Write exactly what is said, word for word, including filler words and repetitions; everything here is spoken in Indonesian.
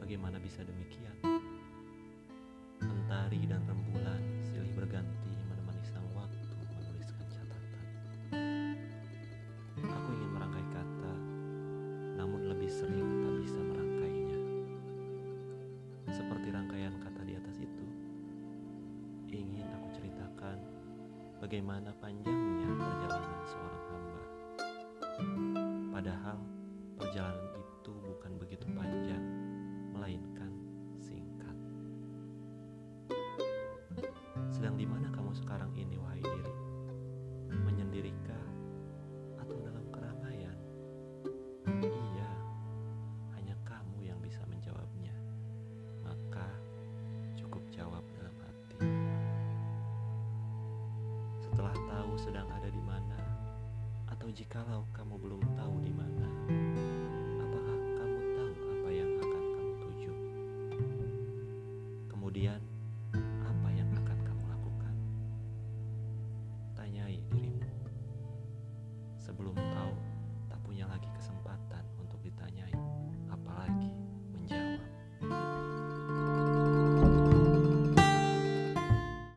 Bagaimana bisa demikian? Mentari dan rembulan silih berganti menemani sang waktu menuliskan catatan. Aku ingin merangkai kata, namun lebih sering tak bisa merangkainya. Seperti rangkaian kata di atas itu, ingin aku ceritakan bagaimana panjangnya perjalanan seorang hamba. Padahal perjalanan itu bukan begitu panjang, melainkan singkat. Sedang di mana kamu sekarang ini, wahai diri? Menyendirikah atau dalam keramaian? Iya, hanya kamu yang bisa menjawabnya. Maka cukup jawab dalam hati. Setelah tahu sedang ada di mana, atau jikalau kamu belum tahu di mana,